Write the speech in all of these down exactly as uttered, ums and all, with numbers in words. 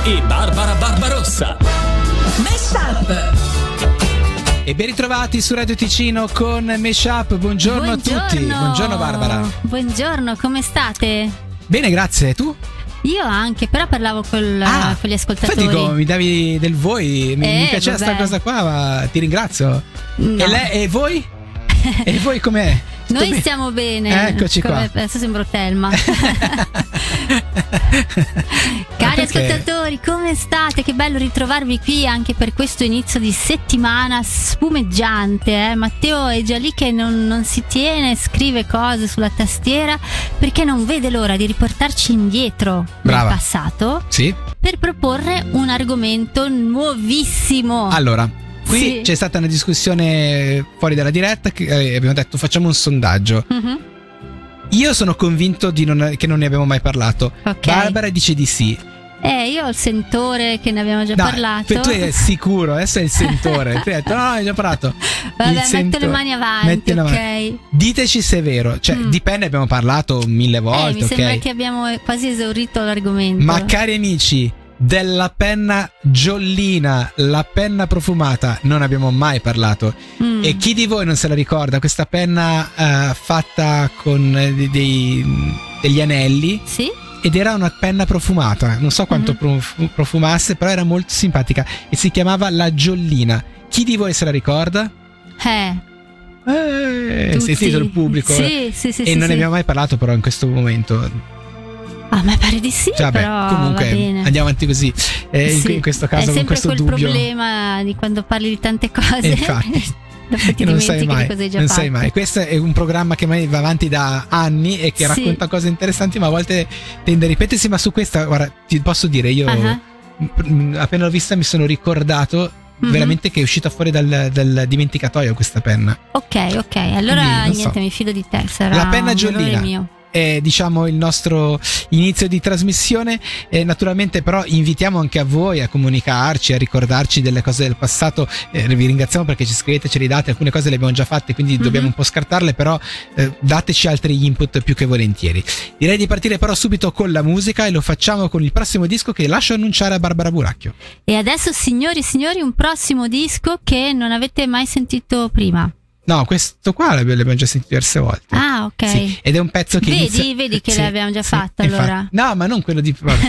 e Barbara Barbarossa. Mashup. E ben ritrovati su Radio Ticino con Mashup. Buongiorno, Buongiorno a tutti. Buongiorno Barbara. Buongiorno, come state? Bene, grazie. Tu? Io anche, però parlavo col, ah, con gli ascoltatori. Dico, mi davi del voi, mi, eh, mi piaceva vabbè. sta cosa qua, ma ti ringrazio. No. E, lei, e voi? E voi com'è? Tutto Noi bene? stiamo bene. Eccoci come, qua. Adesso sembro Telma. Cari ascoltatori, come state? Che bello ritrovarvi qui anche per questo inizio di settimana spumeggiante. Eh? Matteo è già lì che non, non si tiene, scrive cose sulla tastiera perché non vede l'ora di riportarci indietro Brava. nel passato, sì, per proporre un argomento nuovissimo. Allora, qui Sì. c'è stata una discussione fuori dalla diretta che eh, abbiamo detto facciamo un sondaggio. Mhm. Io sono convinto di non, che non ne abbiamo mai parlato. Ok. Barbara dice di sì. Eh, io ho il sentore che ne abbiamo già No, parlato. tu eri sicuro, adesso è il sentore. Tu hai detto no, no, hai già parlato. Vabbè, Il metto sentore. le mani avanti, Metti le ok. mani. Diteci se è vero. Cioè, Mm. dipende, abbiamo parlato mille Eh, volte, mi ok? sembra che abbiamo quasi esaurito l'argomento. Ma cari amici, della penna Jollina, la penna profumata, non abbiamo mai parlato. Mm. E chi di voi non se la ricorda? Questa penna eh, fatta con eh, dei- dei, degli anelli, Sì? ed era una penna profumata. Non so quanto Mhm. prof- profumasse, però era molto simpatica e si chiamava la Jollina. Chi di voi se la ricorda? Eh. Eh, Tutti. sentito il pubblico. Sì, sì, sì. E sì, non sì. ne abbiamo mai parlato però in questo momento. Ah, ma pare di sì, Cioè, vabbè, però comunque va bene. andiamo avanti così. Eh, in- Sì. in questo caso è con sempre questo quel dubbio. problema di quando parli di tante cose. E infatti. Dopo ti Che non sai dimentichi mai, di cosa hai già non fatto. sai mai. Questo è un programma che mai va avanti da anni e che Sì. racconta cose interessanti, ma a volte tende a ripetersi. Ma su questa, guarda, ti posso dire, io Ah. m- appena l'ho vista mi sono ricordato Mhm. veramente che è uscita fuori dal, dal dimenticatoio questa penna. Ok, ok. Allora Quindi, non niente, so. mi fido di te. Sarà La penna un errore Jollina. mio. È, diciamo, il nostro inizio di trasmissione. E naturalmente però invitiamo anche a voi a comunicarci, a ricordarci delle cose del passato. Eh, vi ringraziamo perché ci scrivete, ce li date, alcune cose le abbiamo già fatte, quindi Mhm. dobbiamo un po' scartarle, però eh, dateci altri input più che volentieri. Direi di partire però subito con la musica, e lo facciamo con il prossimo disco che lascio annunciare a Barbara Buracchio. E adesso, signori e signori, un prossimo disco che non avete mai sentito prima. No, questo qua l'abbiamo già sentito diverse volte. Ah, ok. Sì, ed è un pezzo che Vedi, inizia- vedi che Sì, l'abbiamo già sì, fatto, infatti. allora. No, ma non quello di vabbè.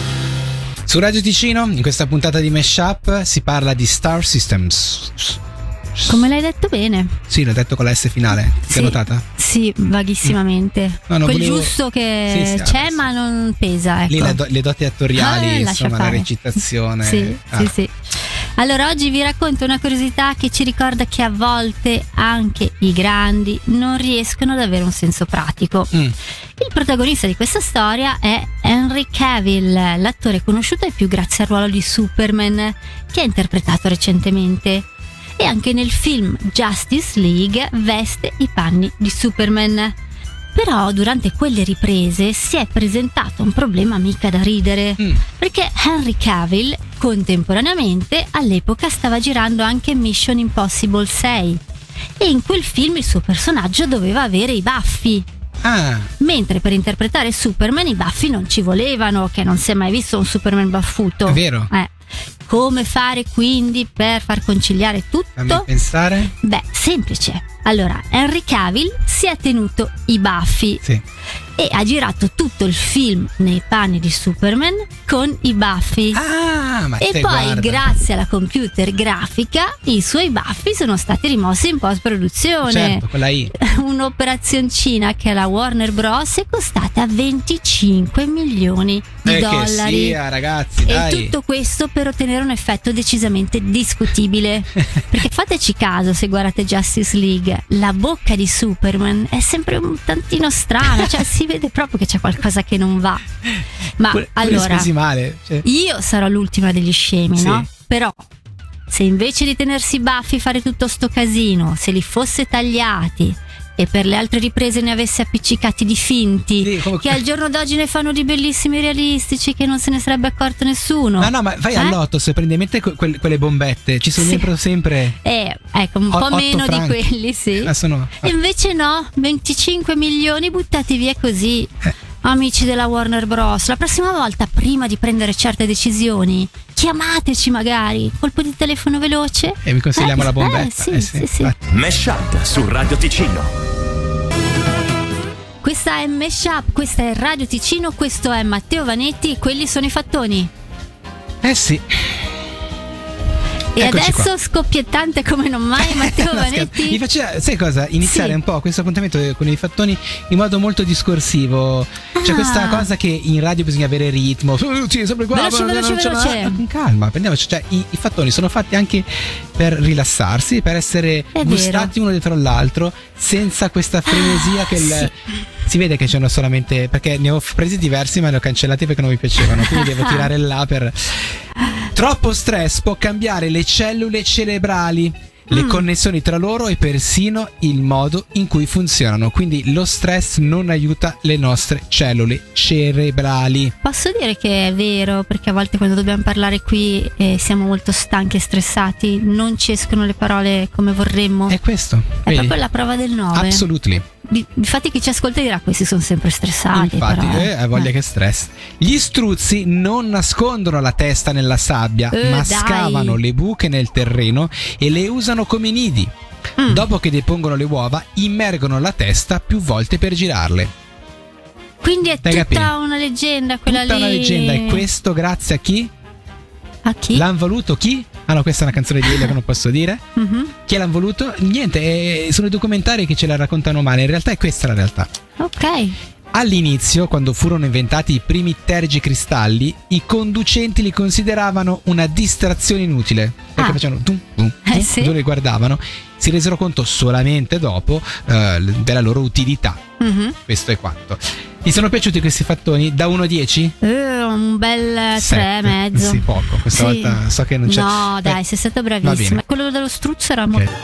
Su Radio Ticino, in questa puntata di Mashup, si parla di Star Systems. Come l'hai detto bene. Sì, l'ho detto con la S finale. Ti Sì. hai notata? Sì, vaghissimamente. No, no, Quel volevo- giusto che Sì, sì, c'è, sì. ma non pesa, ecco. Lì le, do- le doti attoriali, Ah, lascia insomma, la fare. recitazione. Sì, Ah. sì, sì. Allora, oggi vi racconto una curiosità che ci ricorda che a volte anche i grandi non riescono ad avere un senso pratico. Mm. Il protagonista di questa storia è Henry Cavill, l'attore conosciuto ai più grazie al ruolo di Superman che ha interpretato recentemente. E anche nel film Justice League veste i panni di Superman. Però durante quelle riprese si è presentato un problema mica da ridere, Mm. perché Henry Cavill contemporaneamente all'epoca stava girando anche Mission Impossible sei e in quel film il suo personaggio doveva avere i baffi, Ah, mentre per interpretare Superman i baffi non ci volevano, che non si è mai visto un Superman baffuto. è vero. Eh. Come fare quindi per far conciliare Fammi tutto? pensare. Beh, semplice. Allora, Henry Cavill si è tenuto i baffi Sì. e ha girato tutto il film nei panni di Superman con i baffi. Ah, ma E te poi, guarda. grazie alla computer grafica, i suoi baffi sono stati rimossi in post-produzione. Certo, con la I. Un'operazioncina che alla Warner Bros. È costata venticinque milioni di Eh, dollari. che sia, ragazzi, E dai. tutto questo per ottenere un effetto decisamente discutibile. Perché fateci caso se guardate Justice League, la bocca di Superman è sempre un tantino strana, cioè si vede proprio che c'è qualcosa che non va. Ma Pure- pure allora, spesi male. Cioè, io sarò l'ultima degli scemi, Sì. no? Però se invece di tenersi i baffi fare tutto sto casino, se li fosse tagliati e per le altre riprese ne avesse appiccicati di finti, Sì, come- che al giorno d'oggi ne fanno di bellissimi realistici che non se ne sarebbe accorto nessuno. no, no, ma vai Eh? all'otto, se prendi in mente que- quelle, quelle bombette, ci sono Sì. sempre, sempre Eh, ecco, un o- po' otto meno franchi. di quelli, sì. Ah, sono- E invece no, venticinque milioni buttati via così. Eh. amici della Warner Bros, la prossima volta, prima di prendere certe decisioni, chiamateci magari, colpo di telefono veloce e vi consigliamo eh, la bombetta. Eh, sì, eh, sì, sì, sì. Mesh Up su Radio Ticino. Questa è Mesh Up, questa è Radio Ticino, questo è Matteo Vanetti, quelli sono i fattoni. Eh sì. E Eccoci adesso qua. scoppiettante come non mai Matteo No, Vanetti. mi faceva, sai cosa? Iniziare Sì. un po' questo appuntamento con i fattoni in modo molto discorsivo. C'è Ah. questa cosa che in radio bisogna avere ritmo. Uh, sì, sempre qua, Veloce, ma- veloce, non ce l'ha- veloce. Con calma, prendiamoci. Cioè, i, i fattoni sono fatti anche per rilassarsi, per essere È gustati uno dietro l'altro, senza questa frenesia Ah, che il. sì. Si vede che c'erano solamente. Perché ne ho presi diversi, ma li ho cancellati perché non mi piacevano. Quindi devo tirare là per. Troppo stress può cambiare le cellule cerebrali, le Mm. connessioni tra loro e persino il modo in cui funzionano. Quindi lo stress non aiuta le nostre cellule cerebrali. Posso dire che è vero, perché a volte quando dobbiamo parlare qui e siamo molto stanchi e stressati, non ci escono le parole come vorremmo. È questo. È vedi? proprio la prova del nove. Absolutely. Di- Infatti chi ci ascolta dirà questi sono sempre stressati. Infatti, però, eh, hai voglia eh. che stress. Gli struzzi non nascondono la testa nella sabbia, Eh, ma dai. scavano le buche nel terreno e le usano come nidi. Mm. Dopo che depongono le uova, immergono la testa più volte per girarle. Quindi è Dai, tutta capì? una leggenda quella Tutta lì. una leggenda. E questo grazie a chi? A chi? L'han voluto chi? Ah no, questa è una canzone di Elia che non posso dire. Mhm. Chi l'han voluto? Niente, eh, sono i documentari che ce la raccontano male. In realtà è questa la realtà. Ok. All'inizio, quando furono inventati i primi tergicristalli, i conducenti li consideravano una distrazione inutile. Perché Ah. facevano tum, tum, tum, Eh, sì. loro li guardavano. Si resero conto solamente dopo eh, della loro utilità. Mhm. Questo è quanto. Ti sono piaciuti questi fattoni? Da uno a dieci? Eh, un bel tre e Sette. mezzo. Sì, poco. Questa Sì. volta so che non c'è. No, dai, Eh, sei stato va bravissimo. bene. Quello dello struzzo era Ok. molto.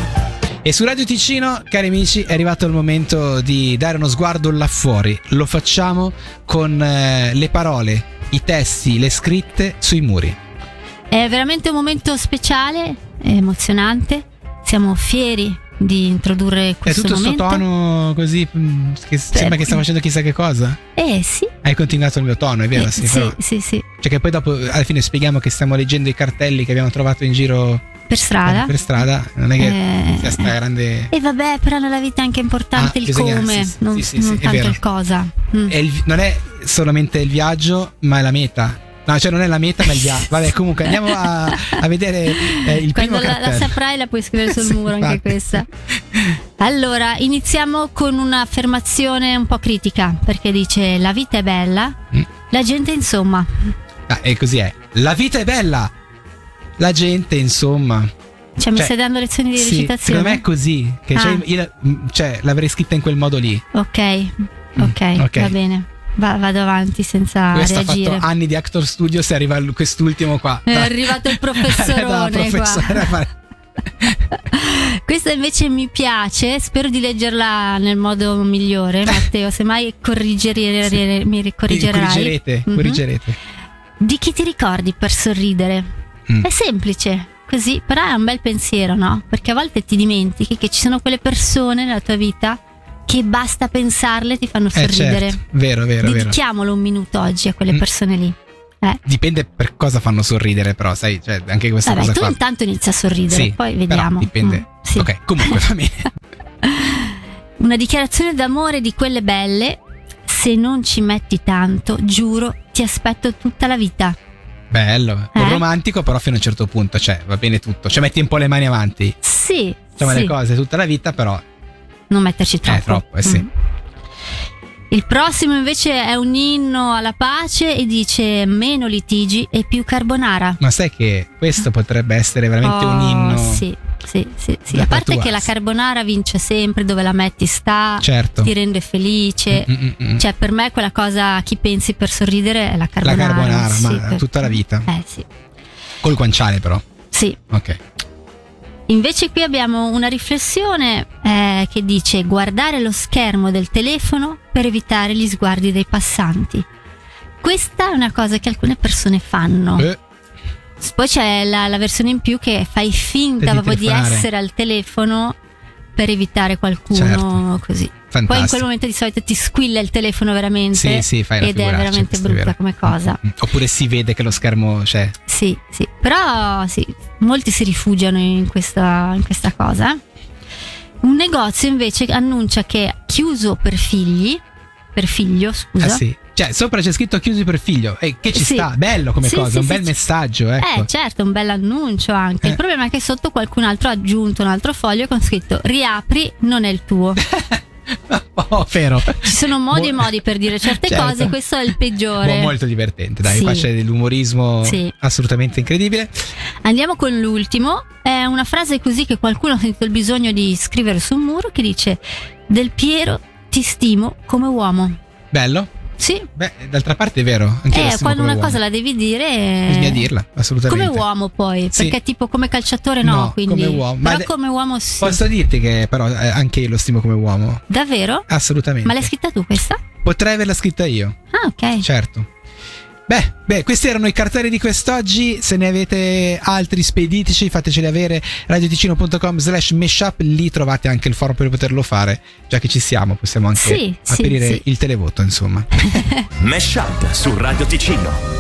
E su Radio Ticino, cari amici, è arrivato il momento di dare uno sguardo là fuori. Lo facciamo con eh, le parole, i testi, le scritte sui muri. È veramente un momento speciale, emozionante. Siamo fieri di introdurre È questo tutto sto momento. tono così mh, che sembra che sta facendo chissà che cosa. Eh sì. Hai continuato il mio tono, è vero? Eh, sì, sì, però- sì, sì. Cioè che poi dopo alla fine spieghiamo che stiamo leggendo i cartelli che abbiamo trovato in giro Per strada. eh, per strada. Non è che Eh, sia sta grande. E vabbè, però nella vita è anche importante Ah, il bisogna- come, sì, sì, non, sì, sì, non sì, è tanto vero. il cosa. Mm. È il- non è solamente il viaggio, ma è la meta. No, cioè non è la meta, ma il viaggio. Vabbè, comunque andiamo a, a vedere eh, il Quando primo la, la cartello. saprai la puoi scrivere sul Sì, muro anche infatti. questa. Allora, iniziamo con un'affermazione un po' critica, perché dice la vita è bella, Mm. la gente insomma. Ah, e così è. La vita è bella. La gente, insomma. Cioè mi Cioè, stai dando lezioni di Sì, recitazione? secondo me è così. Che Ah. cioè, io, cioè, l'avrei scritta in quel modo lì. Ok, ok, Mm, ok. va bene. Va- vado avanti senza Questo ha reagire. fatto anni di Actor Studio. Se arriva il- quest'ultimo qua. È arrivato il professorone Da professore qua. a fare- Questa invece mi piace, spero di leggerla nel modo migliore, Matteo, semmai corriggere, Sì. mi corrigerai. Corrigerete, Mhm. corrigerete. Di chi ti ricordi per sorridere? Mm. È semplice, così, però è un bel pensiero, no? Perché a volte ti dimentichi che ci sono quelle persone nella tua vita che basta pensarle ti fanno Eh, sorridere. certo. Vero, vero, vero. Dedichiamolo un minuto oggi a quelle Mm. persone lì. Eh. Dipende per cosa fanno sorridere, però, sai, cioè, anche questa Vabbè, cosa tu qua. intanto inizia a sorridere, Sì, poi però vediamo. dipende. Mm, sì. Ok, comunque va bene. Una dichiarazione d'amore di quelle belle. Se non ci metti tanto, giuro, ti aspetto tutta la vita. Bello. Eh? Un romantico, però fino a un certo punto, cioè, va bene tutto. Cioè, metti un po' le mani avanti. Sì, Insomma, sì. le cose tutta la vita, però. Non metterci troppo. Eh, troppo, eh, sì. Mm. Il prossimo invece è un inno alla pace e dice meno litigi e più carbonara. Ma sai che questo potrebbe essere veramente Oh, un inno. Sì, sì, sì, sì. Da A parte tatuarsi. che la carbonara vince sempre, dove la metti sta, Certo. ti rende felice. Mm, mm, mm. Cioè, per me quella cosa a chi pensi per sorridere è la La carbonara. carbonara, sì, ma per- tutta la vita. Eh sì. Col guanciale, però. Sì. Ok. Invece qui abbiamo una riflessione eh, che dice guardare lo schermo del telefono per evitare gli sguardi dei passanti. Questa è una cosa che alcune persone fanno. Eh, Poi c'è la, la versione in più che fai finta Di proprio di telefonare. essere al telefono per evitare qualcuno, Certo. così. fantastico. Poi in quel momento di solito ti squilla il telefono veramente. Sì, sì, fai la ed è figuraccia, veramente questo è brutta vero. come cosa. Mm, mm. Oppure si vede che lo schermo c'è. Sì, sì, però sì, molti si rifugiano in questa, in questa cosa. Un negozio invece annuncia che è chiuso per figli, per figlio, scusa. Ah sì. Cioè, sopra c'è scritto chiusi per figlio. E che ci Sì. sta, bello come Sì, cosa, sì, un sì, bel sì. messaggio, ecco. Eh, certo, un bel annuncio anche. Eh. Il problema è che sotto qualcun altro ha aggiunto un altro foglio con scritto riapri, non è il tuo. Oh, vero. Ci sono modi e Mo- modi per dire certe Certo. cose, questo è il peggiore. Mo- molto divertente, dai, Sì. qua c'è dell'umorismo Sì. assolutamente incredibile. Andiamo con l'ultimo. È una frase così che qualcuno ha sentito il bisogno di scrivere su un muro che dice: Del Piero, ti stimo come uomo. Bello? Sì, Beh, d'altra parte è vero. Anche io lo eh, stimo quando come una cosa uomo. la devi dire, Bisogna dirla, assolutamente. come uomo poi, Sì. perché tipo come calciatore no, No, quindi come uomo. Ma però de- come uomo sì. Posso dirti che però eh, anche io lo stimo come uomo. Davvero? Assolutamente. Ma l'hai scritta tu questa? Potrei averla scritta io, Ah, ok. certo. Beh, beh, questi erano i cartelli di quest'oggi. Se ne avete altri, speditici, fateceli avere. radioticino.com slash meshup. Lì trovate anche il forum per poterlo fare. Già che ci siamo, possiamo anche Sì, sì, aprire sì. il televoto, insomma. Meshup su Radio Ticino.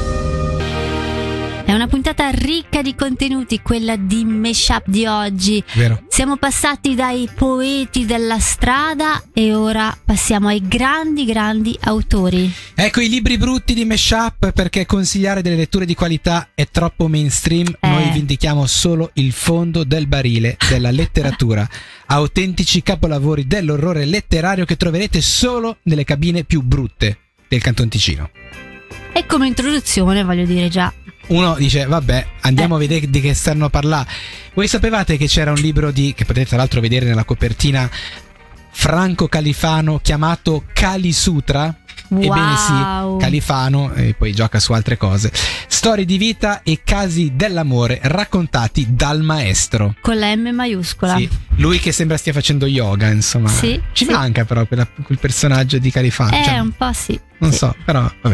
È una puntata ricca di contenuti, quella di Meshup di oggi. Vero? Siamo passati dai poeti della strada e ora passiamo ai grandi, grandi autori. Ecco i libri brutti di Meshup, perché consigliare delle letture di qualità è troppo mainstream. Eh. Noi vendichiamo solo il fondo del barile della letteratura. Autentici capolavori dell'orrore letterario che troverete solo nelle cabine più brutte del Canton Ticino. E come introduzione voglio dire già, Uno dice vabbè, andiamo Eh. a vedere di che stanno a parlare. Voi sapevate che c'era un libro di, che potete tra l'altro vedere nella copertina, franco-califano, chiamato Kali Sutra? wow. Ebbene sì, Califano, e poi gioca su altre cose. Storie di vita e casi dell'amore raccontati dal maestro. Con la M maiuscola. Sì, lui che sembra stia facendo yoga, insomma. Sì, Ci sì. manca però quella- quel personaggio di Califano. Eh, cioè, un po' sì. non sì. so, però vabbè.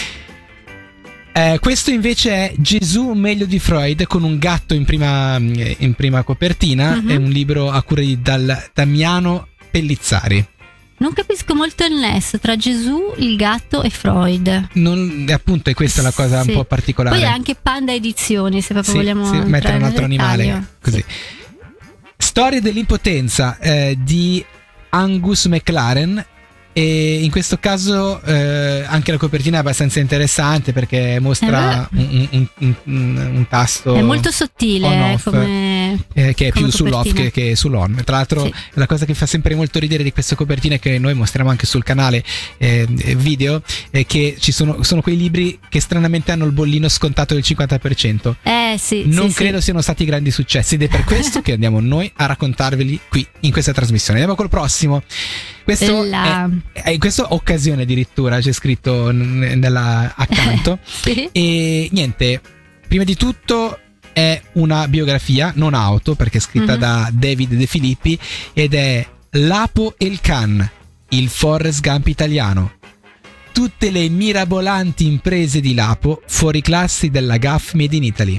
Eh, questo invece è Gesù meglio di Freud, con un gatto in prima, in prima copertina. Mhm. È un libro a cura di Dal- Damiano Pellizzari. Non capisco molto il nesso tra Gesù, il gatto e Freud. Non, appunto, è questa la cosa Sì. un po' particolare. Poi è anche Panda Edizioni, se proprio Sì, vogliamo sì, entrare mettere un nel altro animale dettaglio. così. Storia dell'impotenza eh, di Angus MacLaren. E in questo caso eh, anche la copertina è abbastanza interessante, perché mostra un, un- un- un- un tasto È molto sottile on eh, off, come, eh, che è come più sull'off copertina. che, che sull'on. Tra l'altro Sì. la cosa che fa sempre molto ridere di queste copertine è che noi mostriamo anche sul canale eh, video, è che ci sono, sono quei libri che stranamente hanno il bollino scontato del cinquanta per cento. Eh sì, Non sì, credo sì. siano stati grandi successi, ed è per questo che andiamo noi a raccontarveli qui in questa trasmissione. Andiamo col prossimo. Questo La- è, è in questa occasione addirittura c'è scritto n- nella accanto. Sì. E niente, prima di tutto è una biografia, non auto, perché è scritta Mhm. da David De Filippi, ed è L'Apo e il Can, il Forrest Gump italiano. Tutte le mirabolanti imprese di Lapo, fuori classi della Gaff Made in Italy.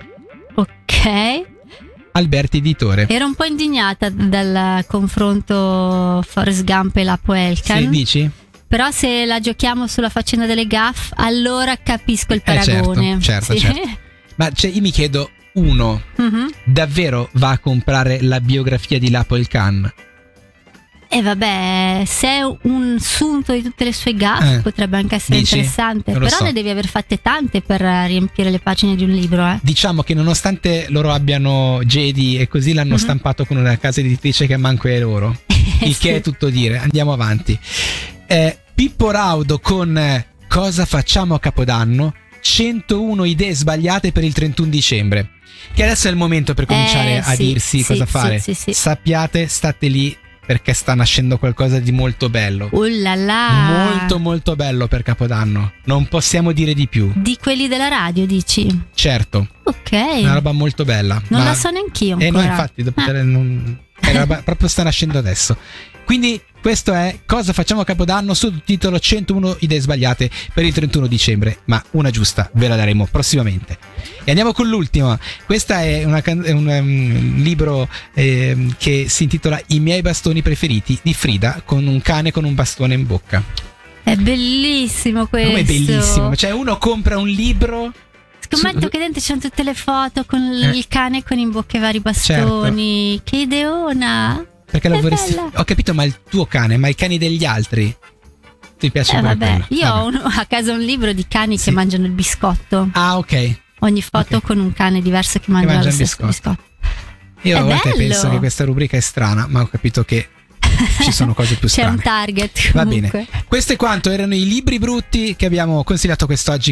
Ok. Alberti Editore. Ero un po' indignata dal confronto Forrest Gump e Lapo Elkan. Sì, dici? Però se la giochiamo sulla faccenda delle gaff, allora capisco il Eh, certo, paragone. certo, Sì. certo. Ma cioè, io mi chiedo, uno, Mhm. davvero va a comprare la biografia di Lapo il Can? E vabbè, se è un sunto di tutte le sue gaff, Eh, potrebbe anche essere dici? interessante. Non lo Però so. ne devi aver fatte tante per riempire le pagine di un libro, eh. Diciamo che nonostante loro abbiano Jedi e così, l'hanno Mhm. stampato con una casa editrice che manco è loro. Il Sì. che è tutto dire. Andiamo avanti. Eh, Pippo Raudo con eh, Cosa facciamo a Capodanno? centouno idee sbagliate per il trentuno dicembre. Che adesso è il momento per cominciare Eh, a sì, dirsi sì, cosa sì, fare. sì, sì. Sappiate, state lì, perché sta nascendo qualcosa di molto bello. Uh là là. Molto molto bello per Capodanno. Non possiamo dire di più. Di quelli della radio, dici? Certo, Ok. una roba molto bella. Non ma- la so neanch'io Eh no, ancora. infatti, dopo Ah. te- non, Era proprio sta nascendo adesso. Quindi questo è Cosa facciamo a Capodanno, sottotitolo centouno idee sbagliate per il trentuno dicembre, ma una giusta ve la daremo prossimamente. E andiamo con l'ultima. Questa è, una, è un um, libro eh, che si intitola I miei bastoni preferiti di Frida, con un cane con un bastone in bocca. È bellissimo questo. Come è bellissimo? Cioè uno compra un libro... Scommetto su... che dentro c'è tutte le foto con eh. il cane con in bocca i vari bastoni. Certo. Che ideona! Perché la vorresti... Ho capito, ma il tuo cane, ma i cani degli altri ti piace? Eh, vabbè, io vabbè. ho uno, a casa un libro di cani sì. che mangiano il biscotto. Ah, ok. Ogni foto okay. con un cane diverso che mangia, che mangia lo stesso biscotto. biscotto. Io è a volte bello. penso che questa rubrica è strana, ma ho capito che ci sono cose più strane. C'è un target comunque. Va bene. Questo è quanto erano i libri brutti che abbiamo consigliato quest'oggi.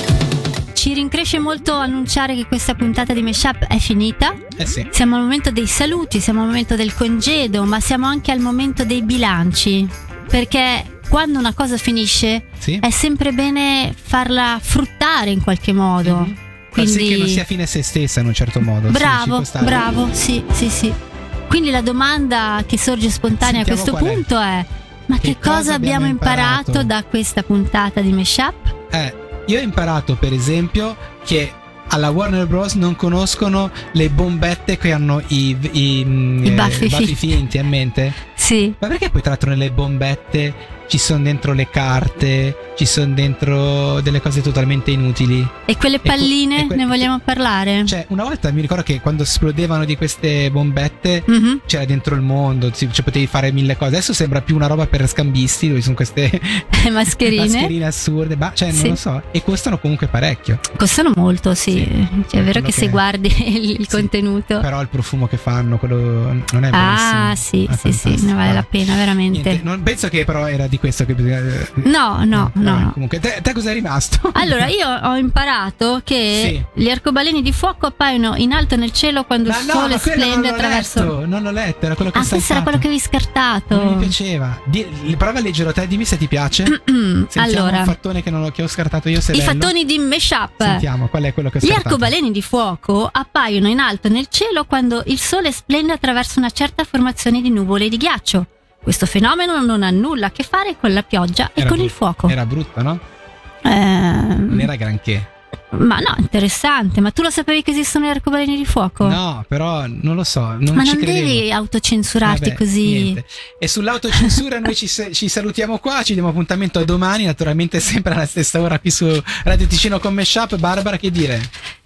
Ci rincresce molto annunciare che questa puntata di Meshup è finita. Eh sì. Siamo al momento dei saluti, siamo al momento del congedo, ma siamo anche al momento dei bilanci. Perché quando una cosa finisce sì. è sempre bene farla fruttare in qualche modo. Mm-hmm. Quindi sì che non sia fine a se stessa in un certo modo. Bravo, sì, bravo, sì, sì, sì. Quindi la domanda che sorge spontanea Sentiamo a questo punto è: è ma che, che cosa, cosa abbiamo imparato? imparato da questa puntata di Meshup? Eh Io ho imparato per esempio che alla Warner Bros. Non conoscono le bombette che hanno i, i, I eh, baffi, baffi finti, a mente? Sì. Ma perché poi tra l'altro nelle bombette ci sono dentro le carte, ci sono dentro delle cose totalmente inutili? E quelle palline, e que- e que- ne vogliamo parlare? Cioè, una volta mi ricordo che quando esplodevano di queste bombette mm-hmm. c'era dentro il mondo, cioè potevi fare mille cose. Adesso sembra più una roba per scambisti, dove sono queste mascherine mascherine assurde, ma cioè non sì. lo so, e costano comunque parecchio. Costano molto, sì, sì. Cioè, è vero che, che se guardi il, il sì. contenuto. Però il profumo che fanno, quello non è bellissimo. Ah, sì, è sì, sì, ne vale la pena, veramente. Niente, non, penso che però era di questo che bisogna... No, no, no, no. Comunque te, te cosa è rimasto? Allora io ho imparato che sì. gli arcobaleni di fuoco appaiono in alto nel cielo quando ma il no, sole splende attraverso letto, non l'ho letto, era quello che ah questo era quello che avevi scartato. Non mi piaceva. Di, prova a leggerlo te, dimmi se ti piace. Allora, un fattone che, non ho, che ho scartato io, se i bello. fattoni di Meshup. Sentiamo qual è quello che ho gli scartato. Gli arcobaleni di fuoco appaiono in alto nel cielo quando il sole splende attraverso una certa formazione di nuvole di ghiaccio. Questo fenomeno non ha nulla a che fare con la pioggia era e con brutto. il fuoco. Era brutto, no? Eh, non era granché. Ma no, interessante. Ma tu lo sapevi che esistono gli arcobaleni di fuoco? No, però non lo so. Non ma ci non credevo. Devi autocensurarti Vabbè, così. Niente. E sull'autocensura noi ci, ci salutiamo qua. Ci diamo appuntamento a domani, naturalmente sempre alla stessa ora qui su Radio Ticino con Meshup. Barbara, che dire?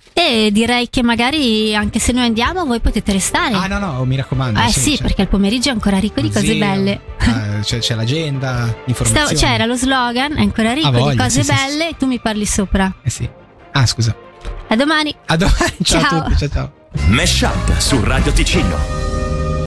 E direi che magari anche se noi andiamo voi potete restare. Ah no no, mi raccomando. Eh sì, sì, c'è. Perché il pomeriggio è ancora ricco di cose Zio, belle. eh, c'è, c'è l'agenda, informazioni. Stavo, c'era lo slogan, è ancora ricco voglia, di cose sì, belle sì, e tu mi parli sopra. Eh sì. Ah scusa. A domani. A domani. Ciao, ciao. a tutti. Ciao ciao. Meshup su Radio Ticino.